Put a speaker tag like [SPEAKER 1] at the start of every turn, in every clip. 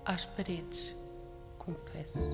[SPEAKER 1] às paredes, confesso.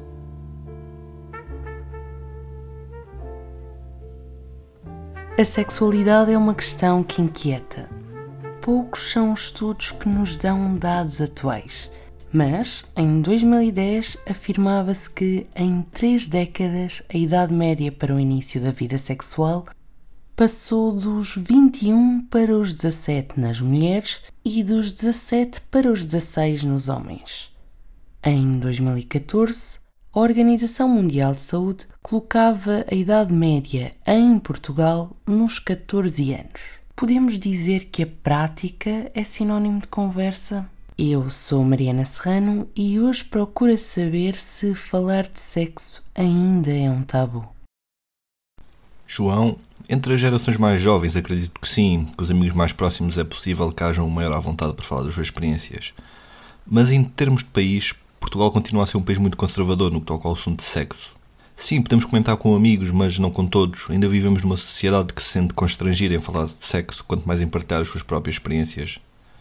[SPEAKER 1] A sexualidade é uma questão que inquieta. Poucos são os estudos que nos dão dados atuais, mas em 2010 afirmava-se que em 3 décadas a idade média para o início da vida sexual passou dos 21 para os 17 nas mulheres e dos 17 para os 16 nos homens. Em 2014, a Organização Mundial de Saúde colocava a idade média em Portugal nos 14 anos. Podemos dizer que a prática é sinónimo de conversa? Eu sou Mariana Serrano e hoje procuro saber se falar de sexo ainda é um tabu.
[SPEAKER 2] João, entre as gerações mais jovens acredito que sim, com os amigos mais próximos é possível que hajam maior à vontade para falar das suas experiências. Mas em termos de país, Portugal continua a ser um país muito conservador no que toca ao assunto de sexo. Sim, podemos comentar com amigos, mas não com todos. Ainda vivemos numa sociedade que se sente constrangida em falar de sexo, quanto mais em partilhar as suas próprias experiências.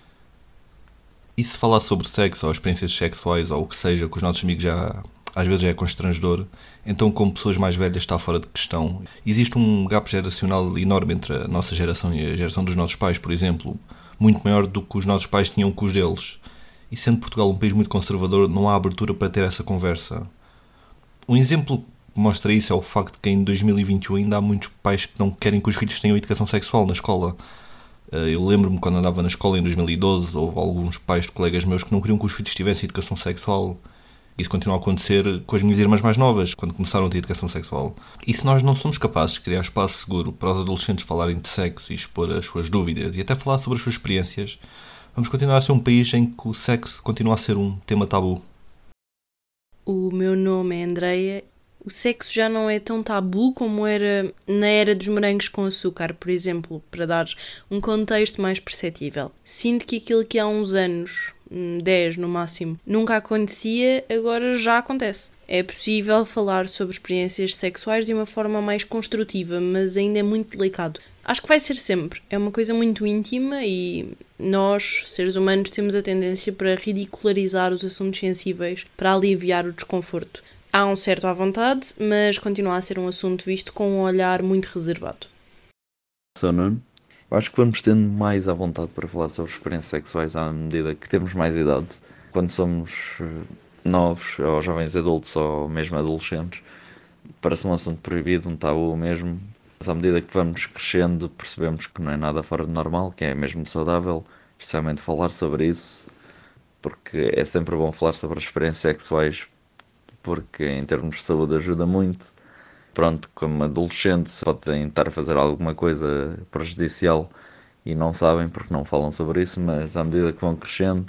[SPEAKER 2] E se falar sobre sexo, ou experiências sexuais, ou o que seja, que os nossos amigos às vezes é constrangedor, então como pessoas mais velhas está fora de questão. Existe um gap geracional enorme entre a nossa geração e a geração dos nossos pais, por exemplo, muito maior do que os nossos pais tinham com os deles. E sendo Portugal um país muito conservador, não há abertura para ter essa conversa. Um exemplo que mostra isso é o facto de que em 2021 ainda há muitos pais que não querem que os filhos tenham educação sexual na escola. Eu lembro-me quando andava na escola em 2012, houve alguns pais de colegas meus que não queriam que os filhos tivessem educação sexual. Isso continua a acontecer com as minhas irmãs mais novas, quando começaram a ter educação sexual. E se nós não somos capazes de criar espaço seguro para os adolescentes falarem de sexo e expor as suas dúvidas e até falar sobre as suas experiências, vamos continuar a ser um país em que o sexo continua a ser um tema tabu.
[SPEAKER 3] O meu nome é Andreia. O sexo já não é tão tabu como era na era dos morangos com açúcar, por exemplo, para dar um contexto mais perceptível. Sinto que aquilo que há uns anos, 10 no máximo, nunca acontecia, agora já acontece. É possível falar sobre experiências sexuais de uma forma mais construtiva, mas ainda é muito delicado. Acho que vai ser sempre. É uma coisa muito íntima e nós, seres humanos, temos a tendência para ridicularizar os assuntos sensíveis para aliviar o desconforto. Há um certo à vontade, mas continua a ser um assunto visto com um olhar muito reservado.
[SPEAKER 4] Sou Nuno. Acho que vamos tendo mais à vontade para falar sobre experiências sexuais à medida que temos mais idade. Quando somos novos, ou jovens adultos, ou mesmo adolescentes, parece um assunto proibido, um tabu mesmo. Mas à medida que vamos crescendo, percebemos que não é nada fora de normal, que é mesmo saudável, especialmente falar sobre isso, porque é sempre bom falar sobre as experiências sexuais, porque em termos de saúde ajuda muito. Pronto, como adolescentes podem estar a fazer alguma coisa prejudicial e não sabem porque não falam sobre isso, mas à medida que vão crescendo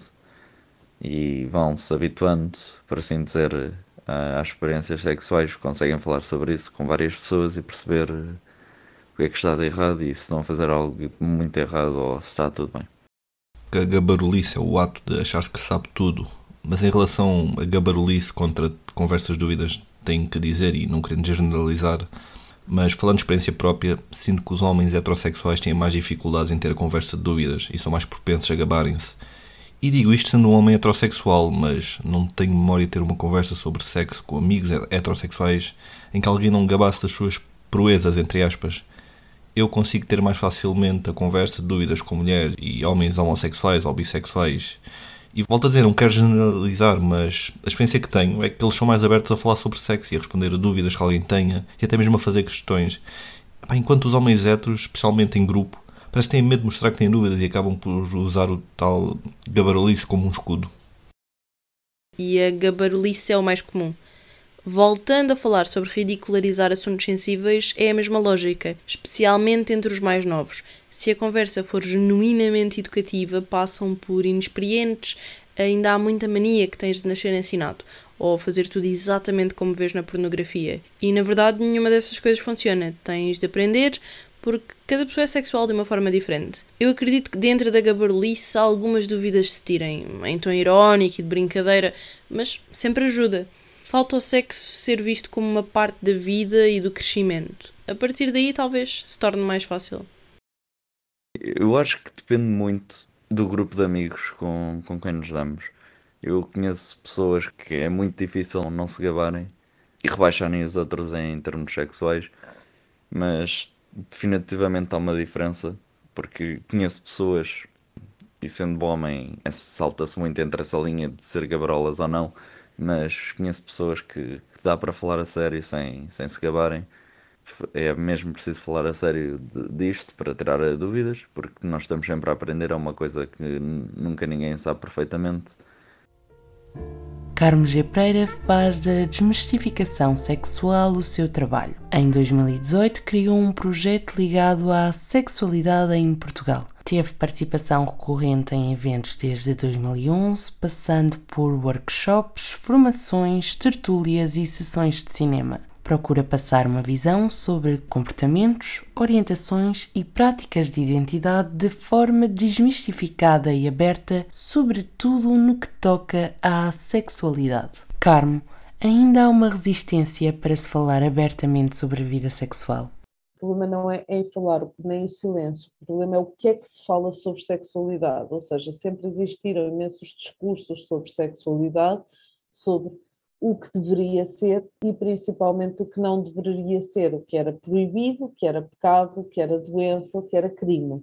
[SPEAKER 4] e vão se habituando, por assim dizer, às experiências sexuais, conseguem falar sobre isso com várias pessoas e perceber o que é que está de errado e se estão a fazer algo muito errado ou se está tudo bem.
[SPEAKER 2] A gabarulice é o ato de achar que sabe tudo, mas em relação a gabarulice contra conversas dúvidas, tenho que dizer, e não querendo generalizar, mas falando de experiência própria, sinto que os homens heterossexuais têm mais dificuldades em ter a conversa de dúvidas e são mais propensos a gabarem-se. E digo isto sendo um homem heterossexual, mas não tenho memória de ter uma conversa sobre sexo com amigos heterossexuais em que alguém não gabasse das suas proezas, entre aspas. Eu consigo ter mais facilmente a conversa de dúvidas com mulheres e homens homossexuais ou bissexuais. E volto a dizer, não quero generalizar, mas a experiência que tenho é que eles são mais abertos a falar sobre sexo e a responder a dúvidas que alguém tenha e até mesmo a fazer questões. Enquanto os homens héteros, especialmente em grupo, parece que têm medo de mostrar que têm dúvidas e acabam por usar o tal gabarulice como um escudo.
[SPEAKER 3] E a gabarulice é o mais comum. Voltando a falar sobre ridicularizar assuntos sensíveis, é a mesma lógica, especialmente entre os mais novos. Se a conversa for genuinamente educativa, passam por inexperientes, ainda há muita mania que tens de nascer ensinado, ou fazer tudo exatamente como vês na pornografia. E na verdade nenhuma dessas coisas funciona, tens de aprender, porque cada pessoa é sexual de uma forma diferente. Eu acredito que dentro da gabarulice algumas dúvidas se tirem, em tom irónico e de brincadeira, mas sempre ajuda. Falta o sexo ser visto como uma parte da vida e do crescimento. A partir daí talvez se torne mais fácil.
[SPEAKER 4] Eu acho que depende muito do grupo de amigos com quem nos damos. Eu conheço pessoas que é muito difícil não se gabarem e rebaixarem os outros em termos sexuais, mas definitivamente há uma diferença, porque conheço pessoas, e sendo homem, salta-se muito entre essa linha de ser gabarolas ou não, mas conheço pessoas que dá para falar a sério sem se gabarem. É mesmo preciso falar a sério disto para tirar dúvidas, porque nós estamos sempre a aprender, é uma coisa que nunca ninguém sabe perfeitamente.
[SPEAKER 1] Carmo G. Pereira faz da desmistificação sexual o seu trabalho. Em 2018 criou um projeto ligado à sexualidade em Portugal. Teve participação recorrente em eventos desde 2011, passando por workshops, formações, tertúlias e sessões de cinema. Procura passar uma visão sobre comportamentos, orientações e práticas de identidade de forma desmistificada e aberta, sobretudo no que toca à sexualidade. Carmo, ainda há uma resistência para se falar abertamente sobre a vida sexual.
[SPEAKER 5] O problema não é em falar, nem o silêncio. O problema é o que é que se fala sobre sexualidade. Ou seja, sempre existiram imensos discursos sobre sexualidade, sobre o que deveria ser e principalmente o que não deveria ser, o que era proibido, o que era pecado, o que era doença, o que era crime.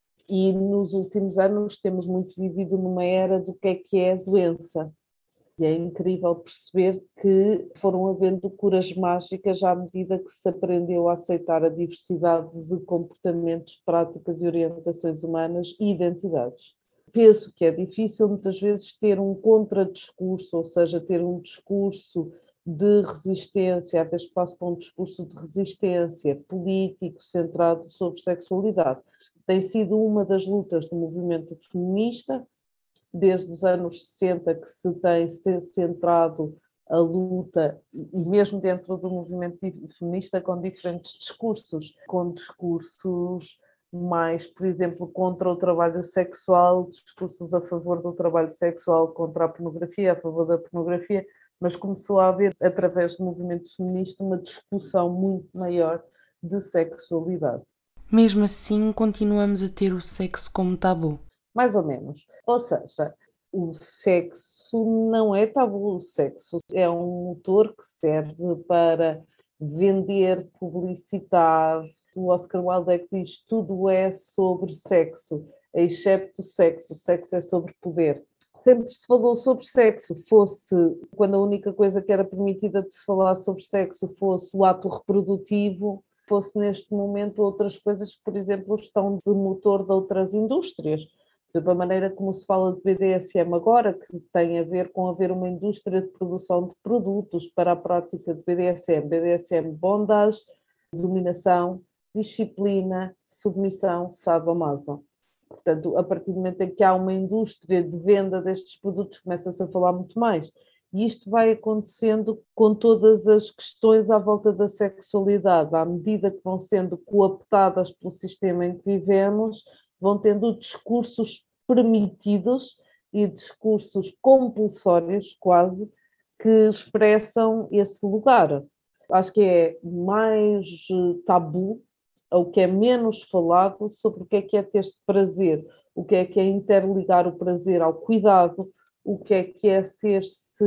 [SPEAKER 5] E nos últimos anos temos muito vivido numa era do que é doença. E é incrível perceber que foram havendo curas mágicas à medida que se aprendeu a aceitar a diversidade de comportamentos, práticas e orientações humanas e identidades. Penso que é difícil muitas vezes ter um contradiscurso, ou seja, ter um discurso de resistência, haver espaço para um discurso de resistência político centrado sobre sexualidade. Tem sido uma das lutas do movimento feminista, desde os anos 60 que se tem centrado a luta, e mesmo dentro do movimento feminista, com diferentes discursos, com discursos mais, por exemplo, contra o trabalho sexual, discursos a favor do trabalho sexual, contra a pornografia, a favor da pornografia, mas começou a haver, através do movimento feminista, uma discussão muito maior de sexualidade.
[SPEAKER 1] Mesmo assim, continuamos a ter o sexo como tabu.
[SPEAKER 5] Mais ou menos. Ou seja, o sexo não é tabu, o sexo é um motor que serve para vender, publicitar. O Oscar Wilde é que diz: tudo é sobre sexo, excepto sexo. O sexo é sobre poder. Sempre se falou sobre sexo, fosse quando a única coisa que era permitida de se falar sobre sexo fosse o ato reprodutivo, fosse neste momento outras coisas que, por exemplo, estão de motor de outras indústrias. A maneira como se fala de BDSM agora, que tem a ver com haver uma indústria de produção de produtos para a prática de BDSM. BDSM, bondage, dominação, disciplina, submissão, sadomaso. Portanto, a partir do momento em que há uma indústria de venda destes produtos, começa-se a falar muito mais. E isto vai acontecendo com todas as questões à volta da sexualidade. À medida que vão sendo cooptadas pelo sistema em que vivemos, vão tendo discursos permitidos e discursos compulsórios, quase, que expressam esse lugar. Acho que é mais tabu, ou que é menos falado sobre o que é ter-se prazer, o que é interligar o prazer ao cuidado, o que é ser-se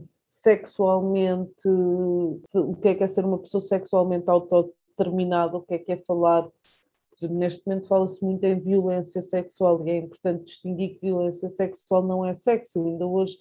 [SPEAKER 5] sexualmente, o que é ser uma pessoa sexualmente autodeterminada, o que é falar. Neste momento fala-se muito em violência sexual e é importante distinguir que violência sexual não é sexo. Ainda hoje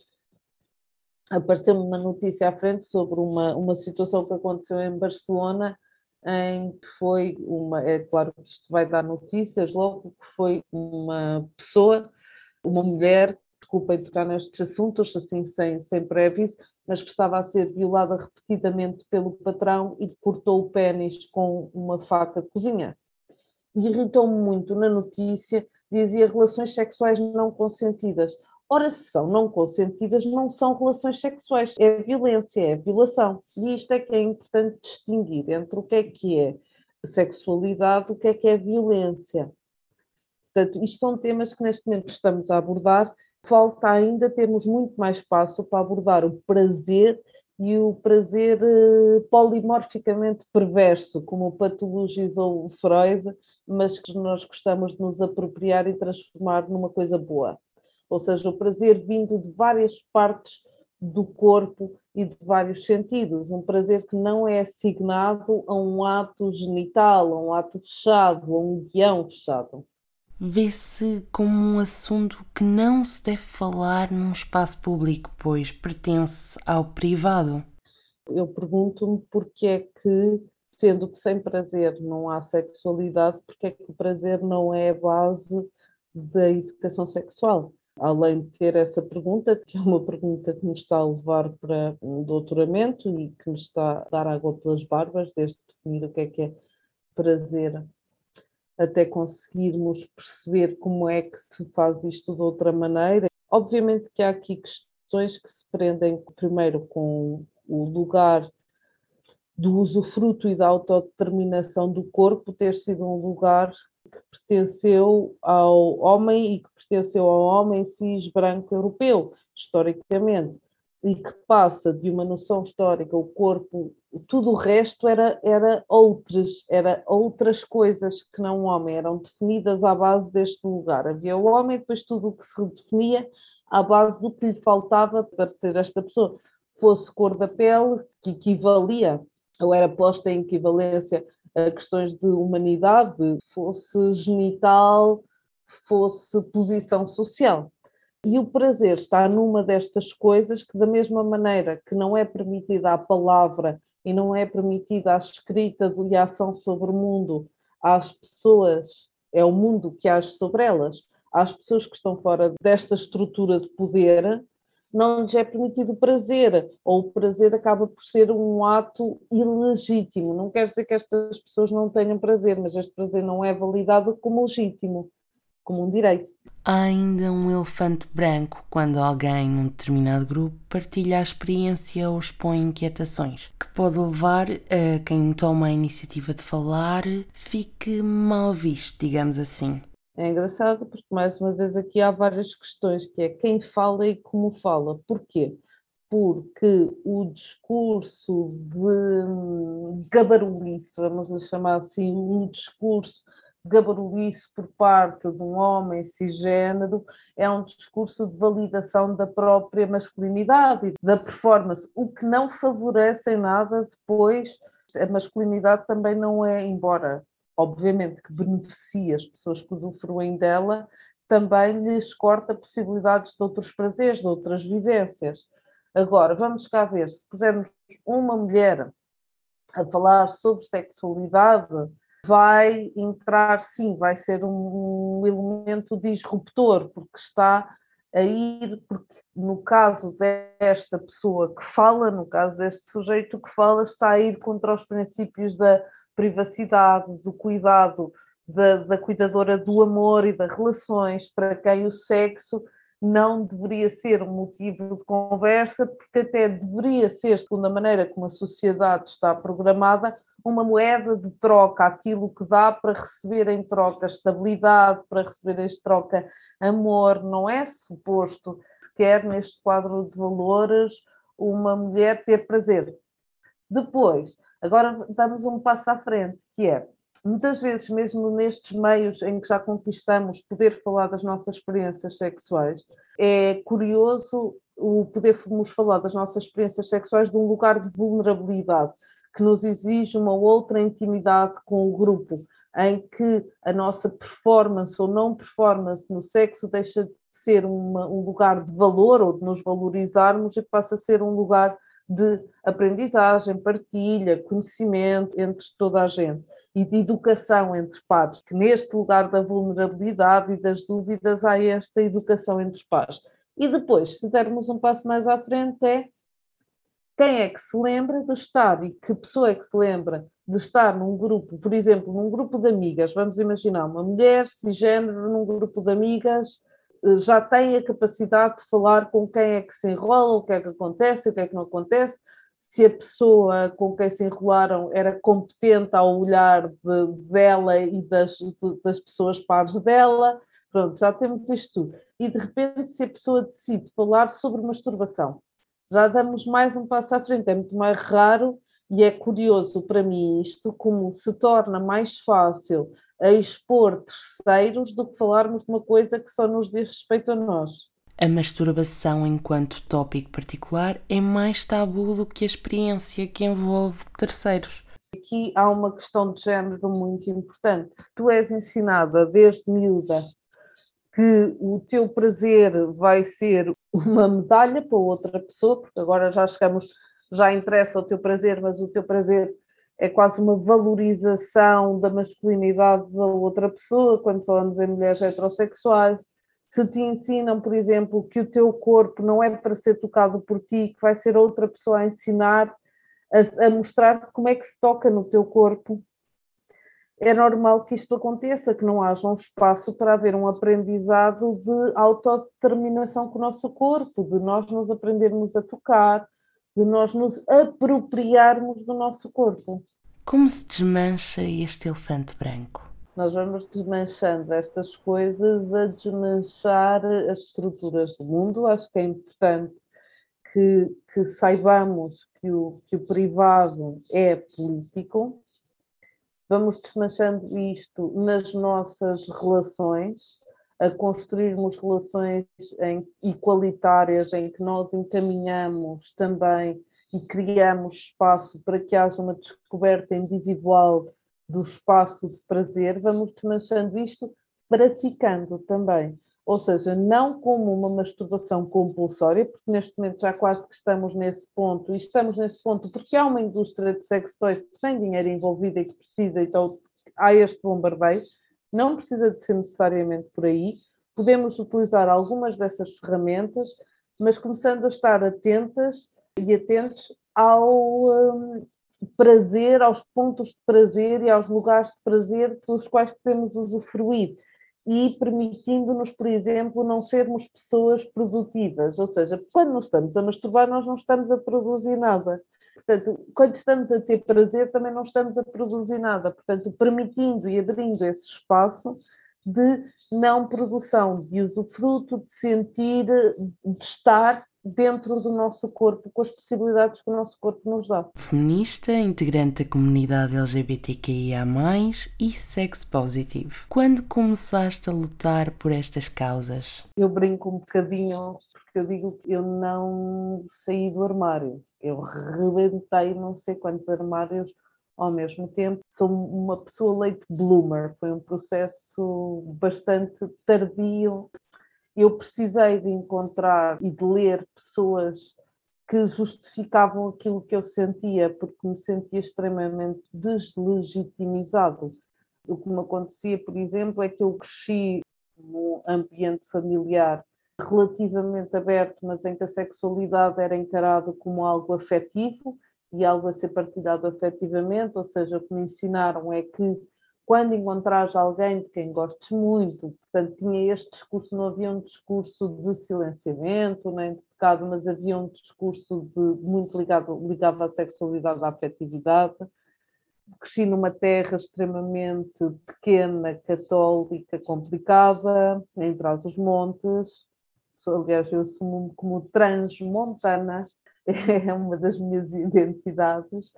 [SPEAKER 5] apareceu-me uma notícia à frente sobre uma situação que aconteceu em Barcelona, em que foi é claro que isto vai dar notícias logo, que foi uma pessoa, uma mulher, desculpem tocar nestes assuntos, assim sem pré-aviso, mas que estava a ser violada repetidamente pelo patrão e cortou o pénis com uma faca de cozinha. E irritou-me muito na notícia, dizia relações sexuais não consentidas. Ora, se são não consentidas, não são relações sexuais, é violência, é violação. E isto é que é importante distinguir entre o que é sexualidade, o que é violência. Portanto, isto são temas que neste momento estamos a abordar. Falta ainda termos muito mais espaço para abordar o prazer e o prazer polimorficamente perverso, como patologizou o Freud, mas que nós gostamos de nos apropriar e transformar numa coisa boa. ou seja, o prazer vindo de várias partes do corpo e de vários sentidos, um prazer que não é assignado a um ato genital, a um ato fechado, a um guião fechado.
[SPEAKER 1] Vê-se como um assunto que não se deve falar num espaço público, pois pertence ao privado.
[SPEAKER 5] Eu pergunto-me porque é que, sendo que sem prazer não há sexualidade, porque é que o prazer não é a base da educação sexual? Além de ter essa pergunta, que é uma pergunta que me está a levar para um doutoramento e que me está a dar água pelas barbas, desde definir o que é prazer, até conseguirmos perceber como é que se faz isto de outra maneira. Obviamente que há aqui questões que se prendem primeiro com o lugar do usufruto e da autodeterminação do corpo ter sido um lugar que pertenceu ao homem e que pertenceu ao homem cis branco europeu, historicamente, e que passa de uma noção histórica, o corpo, tudo o resto era outras coisas que não o homem, eram definidas à base deste lugar. Havia o homem e depois tudo o que se definia à base do que lhe faltava para ser esta pessoa, fosse cor da pele, que equivalia ou era posta em equivalência a questões de humanidade, fosse genital, fosse posição social. E o prazer está numa destas coisas que, da mesma maneira que não é permitida a palavra e não é permitida a escrita e a ação sobre o mundo às pessoas, é o mundo que age sobre elas, às pessoas que estão fora desta estrutura de poder, não lhes é permitido o prazer, ou o prazer acaba por ser um ato ilegítimo. Não quer dizer que estas pessoas não tenham prazer, mas este prazer não é validado como legítimo, como um direito.
[SPEAKER 1] Há ainda um elefante branco quando alguém num determinado grupo partilha a experiência ou expõe inquietações, que pode levar a quem toma a iniciativa de falar fique mal visto, digamos assim.
[SPEAKER 5] É engraçado porque, mais uma vez, aqui há várias questões, que é quem fala e como fala. Porquê? Porque o discurso de gabarulice, vamos lhe chamar assim, um discurso gabarulice por parte de um homem cisgênero é um discurso de validação da própria masculinidade e da performance, o que não favorece em nada depois. A masculinidade também não é, embora obviamente que beneficia as pessoas que usufruem dela, também lhes corta possibilidades de outros prazeres, de outras vivências. Agora, vamos cá ver, se pusermos uma mulher a falar sobre sexualidade, vai entrar, sim, vai ser um elemento disruptor, porque está a ir, porque no caso desta pessoa que fala, no caso deste sujeito que fala, está a ir contra os princípios da privacidade, do cuidado, da cuidadora do amor e das relações, para quem o sexo não deveria ser um motivo de conversa, porque até deveria ser, segundo a maneira como a sociedade está programada, uma moeda de troca, aquilo que dá para receber em troca estabilidade, para receber em troca amor. Não é suposto, sequer neste quadro de valores, uma mulher ter prazer. Depois, agora damos um passo à frente, que é, muitas vezes, mesmo nestes meios em que já conquistamos poder falar das nossas experiências sexuais, é curioso o podermos falar das nossas experiências sexuais de um lugar de vulnerabilidade, que nos exige uma outra intimidade com o grupo, em que a nossa performance ou não performance no sexo deixa de ser um lugar de valor ou de nos valorizarmos e passa a ser um lugar de aprendizagem, partilha, conhecimento entre toda a gente e de educação entre pares, que neste lugar da vulnerabilidade e das dúvidas há esta educação entre pares. E depois, se dermos um passo mais à frente, é quem é que se lembra de estar e que pessoa é que se lembra de estar num grupo, por exemplo, num grupo de amigas, vamos imaginar uma mulher cisgênero num grupo de amigas, já tem a capacidade de falar com quem é que se enrola, o que é que acontece, o que é que não acontece, se a pessoa com quem se enrolaram era competente ao olhar dela e das pessoas pares dela, pronto, já temos isto tudo. E de repente se a pessoa decide falar sobre masturbação, já damos mais um passo à frente, é muito mais raro e é curioso para mim isto, como se torna mais fácil a expor terceiros do que falarmos de uma coisa que só nos diz respeito a nós.
[SPEAKER 1] A masturbação enquanto tópico particular é mais tabu do que a experiência que envolve terceiros.
[SPEAKER 5] Aqui há uma questão de género muito importante. Tu és ensinada desde miúda que o teu prazer vai ser uma medalha para outra pessoa, porque agora já interessa o teu prazer, mas o teu prazer é quase uma valorização da masculinidade da outra pessoa, quando falamos em mulheres heterossexuais. Se te ensinam, por exemplo, que o teu corpo não é para ser tocado por ti, que vai ser outra pessoa a ensinar, a mostrar-te como é que se toca no teu corpo, é normal que isto aconteça, que não haja um espaço para haver um aprendizado de autodeterminação com o nosso corpo, de nós nos aprendermos a tocar, de nós nos apropriarmos do nosso corpo.
[SPEAKER 1] Como se desmancha este elefante branco?
[SPEAKER 5] Nós vamos desmanchando estas coisas a desmanchar as estruturas do mundo. Acho que é importante que saibamos que o privado é político. Vamos desmanchando isto nas nossas relações, a construirmos relações igualitárias em que nós encaminhamos também e criamos espaço para que haja uma descoberta individual do espaço de prazer. Vamos desmanchando isto praticando também. Ou seja, não como uma masturbação compulsória, porque neste momento já quase que estamos nesse ponto, e estamos nesse ponto porque há uma indústria de sex toys que tem dinheiro envolvido e que precisa, então há este bombardeio. Não precisa de ser necessariamente por aí. Podemos utilizar algumas dessas ferramentas, mas começando a estar atentas e atentos ao prazer, aos pontos de prazer e aos lugares de prazer dos quais podemos usufruir. E permitindo-nos, por exemplo, não sermos pessoas produtivas. Ou seja, quando nos estamos a masturbar, nós não estamos a produzir nada. Portanto, quando estamos a ter prazer, também não estamos a produzir nada. Portanto, permitindo e abrindo esse espaço de não produção, de usufruto, de sentir, de estar dentro do nosso corpo, com as possibilidades que o nosso corpo nos dá.
[SPEAKER 1] Feminista, integrante da comunidade LGBTQIA+, e sex positive. Quando começaste a lutar por estas causas?
[SPEAKER 5] Eu brinco um bocadinho, porque eu digo que eu não saí do armário. Eu rebentei não sei quantos armários ao mesmo tempo. Sou uma pessoa late bloomer, foi um processo bastante tardio. Eu precisei de encontrar e de ler pessoas que justificavam aquilo que eu sentia, porque me sentia extremamente deslegitimizado. O que me acontecia, por exemplo, é que eu cresci num ambiente familiar relativamente aberto, mas em que a sexualidade era encarada como algo afetivo e algo a ser partilhado afetivamente, ou seja, o que me ensinaram é que quando encontrares alguém de quem gostes muito, portanto tinha este discurso, não havia um discurso de silenciamento, nem de pecado, mas havia um discurso muito ligado à sexualidade, à afetividade. Cresci numa terra extremamente pequena, católica, complicada, em Trás-os-Montes. Aliás, eu assumo-me como transmontana, é uma das minhas identidades.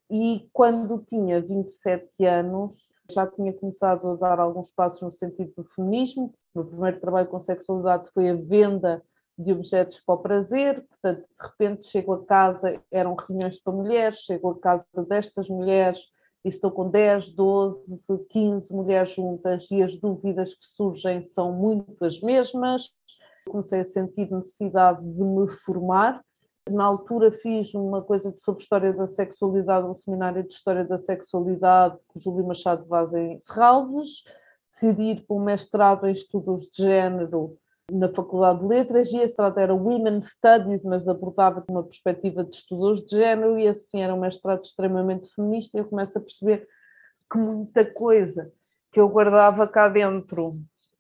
[SPEAKER 5] E quando tinha 27 anos, já tinha começado a dar alguns passos no sentido do feminismo. O meu primeiro trabalho com sexualidade foi a venda de objetos para o prazer. Portanto, de repente chego a casa, eram reuniões para mulheres, chego a casa destas mulheres e estou com 10, 12, 15 mulheres juntas e as dúvidas que surgem são muito as mesmas. Comecei a sentir necessidade de me formar. Na altura fiz uma coisa sobre história da sexualidade, um seminário de história da sexualidade com Júlio Machado de Vaz em Serralves. Decidi ir para um mestrado em estudos de género na Faculdade de Letras, e esse mestrado era Women's Studies, mas abordava de uma perspectiva de estudos de género, e assim era um mestrado extremamente feminista. E eu começo a perceber que muita coisa que eu guardava cá dentro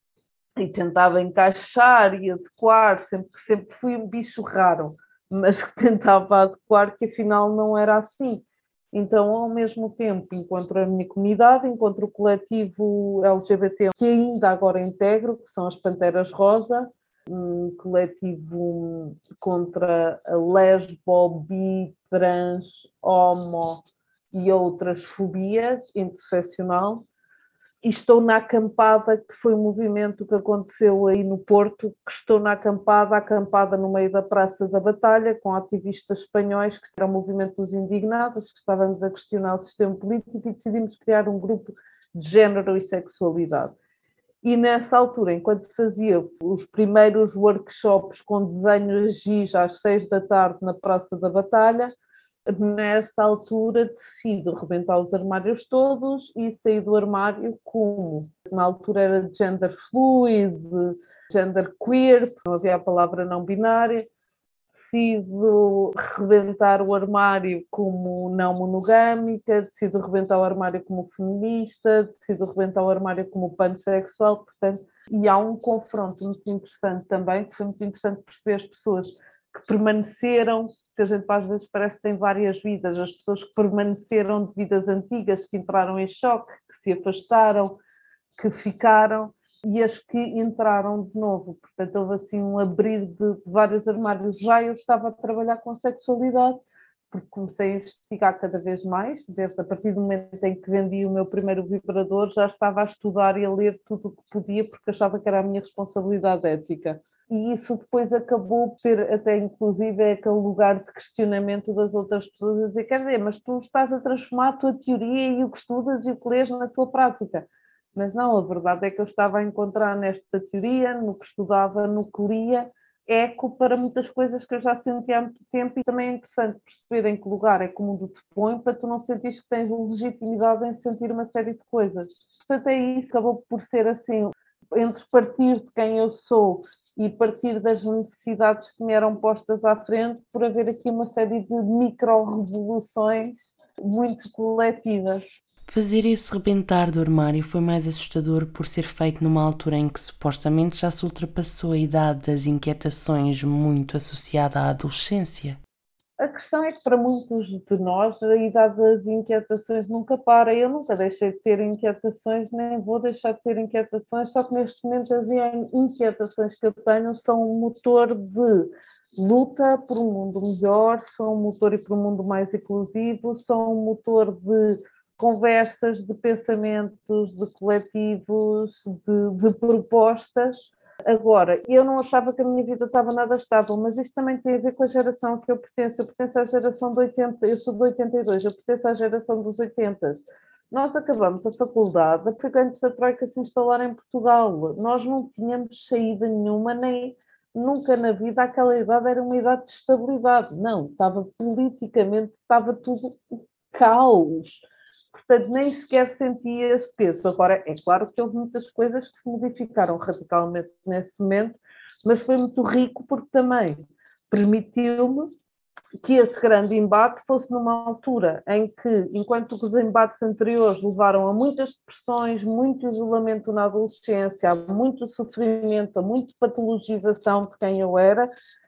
[SPEAKER 5] e tentava encaixar e adequar, sempre fui um bicho raro, mas que tentava adequar, que afinal não era assim. Então, ao mesmo tempo, encontro a minha comunidade, encontro o coletivo LGBT que ainda agora integro, que são as Panteras Rosa, um coletivo contra a lesbo, bi, trans, homo e outras fobias, interseccional. E estou na acampada, que foi um movimento que aconteceu aí no Porto, que estou na acampada no meio da Praça da Batalha, com ativistas espanhóis, que era o movimento dos indignados, que estávamos a questionar o sistema político e decidimos criar um grupo de género e sexualidade. E nessa altura, enquanto fazia os primeiros workshops com desenhos giz às 6 da tarde na Praça da Batalha, nessa altura decido rebentar os armários todos e sair do armário como, na altura era gender fluid, gender queer, não havia a palavra não binária, decido rebentar o armário como não monogâmica, decido rebentar o armário como feminista, decido rebentar o armário como pansexual, portanto, e há um confronto muito interessante também, que foi muito interessante perceber as pessoas que permaneceram, que a gente às vezes parece que tem várias vidas, as pessoas que permaneceram de vidas antigas, que entraram em choque, que se afastaram, que ficaram, e as que entraram de novo. Portanto, houve assim um abrir de vários armários. Já eu estava a trabalhar com sexualidade, porque comecei a investigar cada vez mais, desde a partir do momento em que vendi o meu primeiro vibrador, já estava a estudar e a ler tudo o que podia, porque achava que era a minha responsabilidade ética. E isso depois acabou por ser até inclusive aquele lugar de questionamento das outras pessoas, a dizer, quer dizer, mas tu estás a transformar a tua teoria e o que estudas e o que lês na tua prática. Mas não, a verdade é que eu estava a encontrar nesta teoria, no que estudava, no que lia, eco para muitas coisas que eu já sentia há muito tempo, e também é interessante perceber em que lugar é que o mundo te põe para tu não sentires que tens legitimidade em sentir uma série de coisas. Portanto, é isso, acabou por ser assim, entre partir de quem eu sou e partir das necessidades que me eram postas à frente, por haver aqui uma série de micro-revoluções muito coletivas.
[SPEAKER 1] Fazer esse rebentar do armário foi mais assustador por ser feito numa altura em que supostamente já se ultrapassou a idade das inquietações muito associada à adolescência.
[SPEAKER 5] A questão é que para muitos de nós a idade das inquietações nunca para. Eu nunca deixei de ter inquietações, nem vou deixar de ter inquietações, só que neste momento as inquietações que eu tenho são um motor de luta por um mundo melhor, são um motor e por um mundo mais inclusivo, são um motor de conversas, de pensamentos, de coletivos, de propostas. Agora, eu não achava que a minha vida estava nada estável, mas isto também tem a ver com a geração que eu pertenço. Eu pertenço à geração de 80, eu sou de 82, eu pertenço à geração dos 80. Nós acabamos a faculdade antes da Troika se instalar em Portugal. Nós não tínhamos saída nenhuma, nem nunca na vida aquela idade era uma idade de estabilidade. Não, estava politicamente, estava tudo caos. Portanto, nem sequer sentia esse peso. Agora, é claro que houve muitas coisas que se modificaram radicalmente nesse momento, mas foi muito rico porque também permitiu-me que esse grande embate fosse numa altura em que, enquanto os embates anteriores levaram a muitas depressões, muito isolamento na adolescência, a muito sofrimento, a muita patologização de quem eu era,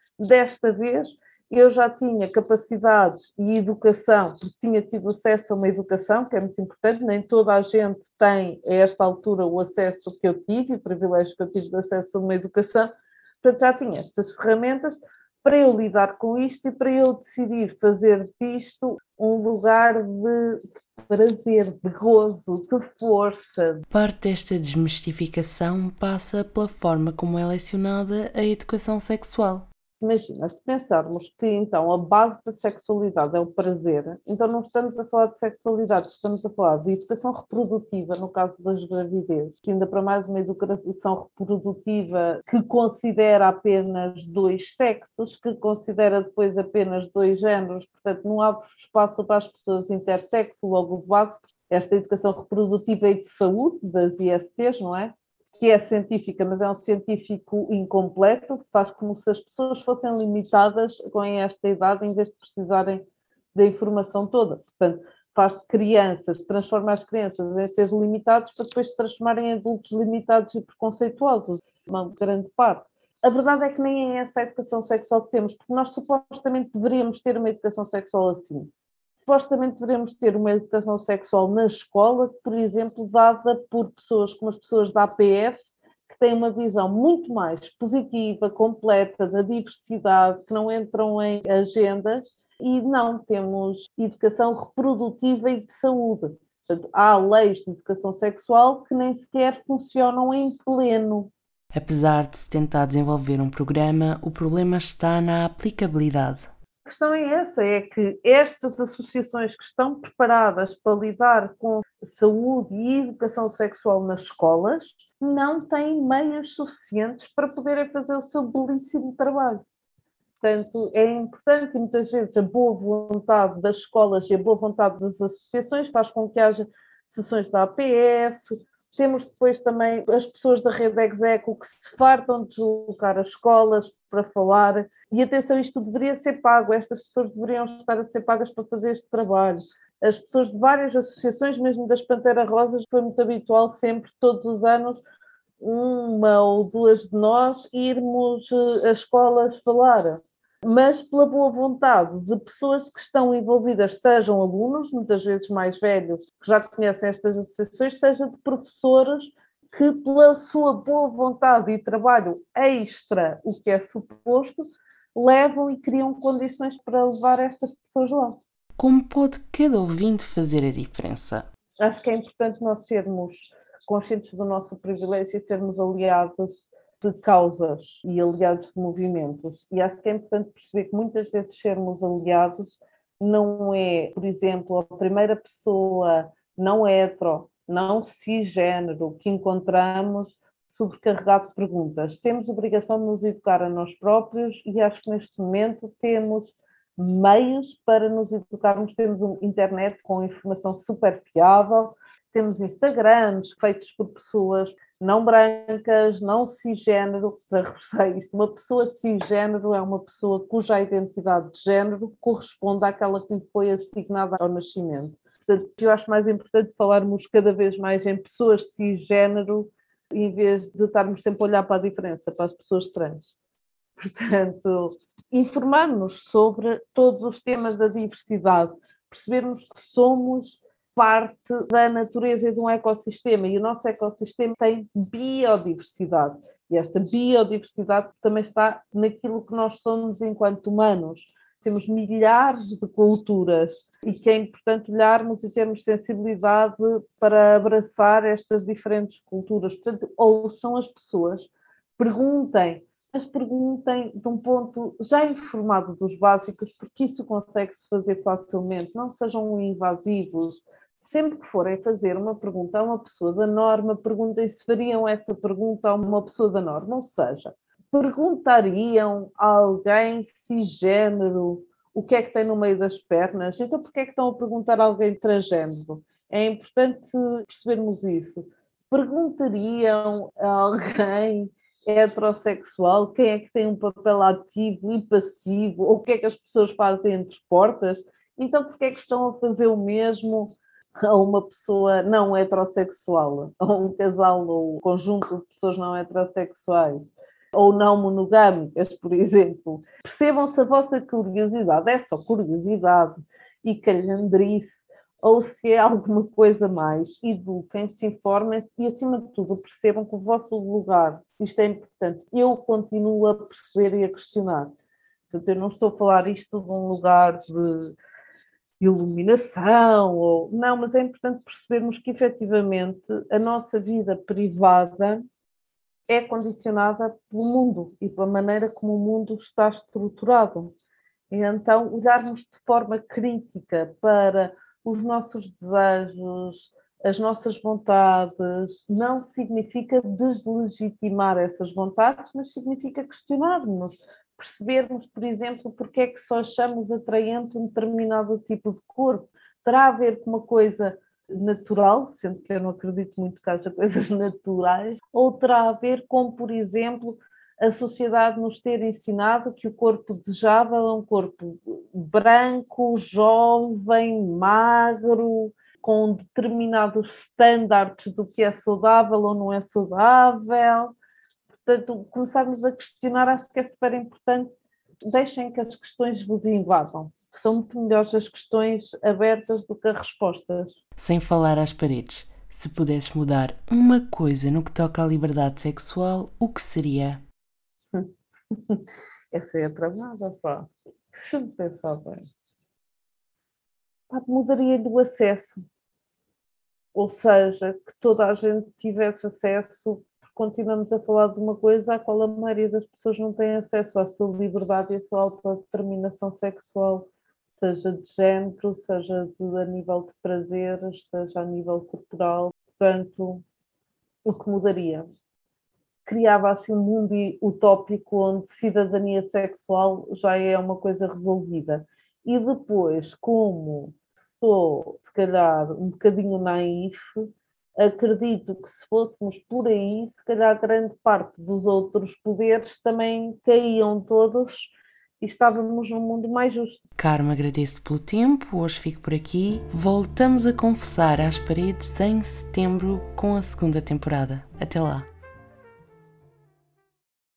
[SPEAKER 5] desta vez eu já tinha capacidades e educação, porque tinha tido acesso a uma educação, que é muito importante, nem toda a gente tem, a esta altura, o acesso que eu tive, o privilégio que eu tive de acesso a uma educação, portanto já tinha estas ferramentas para eu lidar com isto e para eu decidir fazer disto um lugar de prazer, de gozo, de força.
[SPEAKER 1] Parte desta desmistificação passa pela forma como é lecionada a educação sexual.
[SPEAKER 5] Imagina, se pensarmos que então a base da sexualidade é o prazer, então não estamos a falar de sexualidade, estamos a falar de educação reprodutiva no caso das gravidezes, que ainda para mais uma educação reprodutiva que considera apenas dois sexos, que considera depois apenas dois géneros, portanto não há espaço para as pessoas intersexo, logo de base, esta educação reprodutiva e de saúde das ISTs, não é? Que é científica, mas é um científico incompleto, que faz como se as pessoas fossem limitadas com esta idade em vez de precisarem da informação toda. Portanto, faz de crianças, transforma as crianças em seres limitados para depois se transformarem em adultos limitados e preconceituosos, uma grande parte. A verdade é que nem é essa a educação sexual que temos, porque nós supostamente deveríamos ter uma educação sexual assim. Supostamente devemos ter uma educação sexual na escola, por exemplo, dada por pessoas como as pessoas da APF, que têm uma visão muito mais positiva, completa da diversidade, que não entram em agendas, e não temos educação reprodutiva e de saúde. Portanto, há leis de educação sexual que nem sequer funcionam em pleno.
[SPEAKER 1] Apesar de se tentar desenvolver um programa, o problema está na aplicabilidade.
[SPEAKER 5] A questão é essa, é que estas associações que estão preparadas para lidar com saúde e educação sexual nas escolas não têm meios suficientes para poderem fazer o seu belíssimo trabalho. Portanto, é importante e muitas vezes a boa vontade das escolas e a boa vontade das associações faz com que haja sessões da APF. Temos depois também as pessoas da rede Execo que se fartam de deslocar as escolas para falar. E atenção, isto deveria ser pago, estas pessoas deveriam estar a ser pagas para fazer este trabalho. As pessoas de várias associações, mesmo das Pantera Rosas, foi muito habitual sempre, todos os anos, uma ou duas de nós irmos às escolas falar. Mas pela boa vontade de pessoas que estão envolvidas, sejam alunos, muitas vezes mais velhos, que já conhecem estas associações, seja de professores que, pela sua boa vontade e trabalho extra, o que é suposto, levam e criam condições para levar estas pessoas lá.
[SPEAKER 1] Como pode cada ouvinte fazer a diferença?
[SPEAKER 5] Acho que é importante nós sermos conscientes do nosso privilégio e sermos aliados de causas e aliados de movimentos. E acho que é importante perceber que muitas vezes sermos aliados não é, por exemplo, a primeira pessoa não hetero, não cisgênero que encontramos sobrecarregado de perguntas. Temos obrigação de nos educar a nós próprios e acho que neste momento temos meios para nos educarmos. Temos uma internet com informação super fiável, temos Instagrams feitos por pessoas não brancas, não cisgênero, para reforçar isto. Uma pessoa cisgênero é uma pessoa cuja identidade de género corresponde àquela que lhe foi assignada ao nascimento. Portanto, eu acho mais importante falarmos cada vez mais em pessoas cisgênero, em vez de estarmos sempre a olhar para a diferença, para as pessoas trans. Portanto, informarmos sobre todos os temas da diversidade, percebermos que somos parte da natureza e de um ecossistema, e o nosso ecossistema tem biodiversidade, e esta biodiversidade também está naquilo que nós somos enquanto humanos. Temos milhares de culturas e que é importante olharmos e termos sensibilidade para abraçar estas diferentes culturas. Portanto, ouçam as pessoas, perguntem, mas perguntem de um ponto já informado dos básicos, porque isso consegue-se fazer facilmente, não sejam invasivos. Sempre que forem fazer uma pergunta a uma pessoa da norma, perguntem se fariam essa pergunta a uma pessoa da norma, ou seja, perguntariam a alguém cisgênero o que é que tem no meio das pernas, então porquê é que estão a perguntar a alguém transgênero? É importante percebermos isso. Perguntariam a alguém heterossexual quem é que tem um papel ativo e passivo, ou o que é que as pessoas fazem entre portas, então porquê é que estão a fazer o mesmo a uma pessoa não heterossexual, a um casal ou um conjunto de pessoas não heterossexuais, ou não monogâmicas, por exemplo. Percebam se a vossa curiosidade é só curiosidade e calhandrice, ou se é alguma coisa mais. Eduquem-se, informem-se e, acima de tudo, percebam que o vosso lugar, isto é importante, eu continuo a perceber e a questionar. Portanto, eu não estou a falar isto de um lugar de iluminação, ou não, mas é importante percebermos que efetivamente a nossa vida privada é condicionada pelo mundo e pela maneira como o mundo está estruturado. E então olharmos de forma crítica para os nossos desejos, as nossas vontades, não significa deslegitimar essas vontades, mas significa questionar-nos. Percebermos, por exemplo, porque é que só achamos atraente um determinado tipo de corpo. Terá a ver com uma coisa natural, sendo que eu não acredito muito que haja coisas naturais, ou terá a ver com, por exemplo, a sociedade nos ter ensinado que o corpo desejável é um corpo branco, jovem, magro, com determinados estándares do que é saudável ou não é saudável. Portanto, começarmos a questionar, acho que é super importante. Deixem que as questões vos invadam. São muito melhores as questões abertas do que as respostas.
[SPEAKER 1] Sem falar às paredes, se pudesses mudar uma coisa no que toca à liberdade sexual, o que seria?
[SPEAKER 5] Essa é a tramada, pá. Deixa-me pensar bem. Pá, mudaria-lhe o acesso. ou seja, que toda a gente tivesse acesso, porque continuamos a falar de uma coisa à qual a maioria das pessoas não tem acesso, à sua liberdade e à sua autodeterminação sexual, seja de género, seja a nível de prazeres, seja a nível corporal. Portanto, o que mudaria? Criava assim um mundo utópico onde cidadania sexual já é uma coisa resolvida. E depois, como sou, se calhar, um bocadinho naif, acredito que se fôssemos por aí, se calhar grande parte dos outros poderes também caíam todos e estávamos num mundo mais justo.
[SPEAKER 1] Carmo, agradeço pelo tempo, hoje fico por aqui. Voltamos a confessar às paredes em setembro com a segunda temporada. Até lá!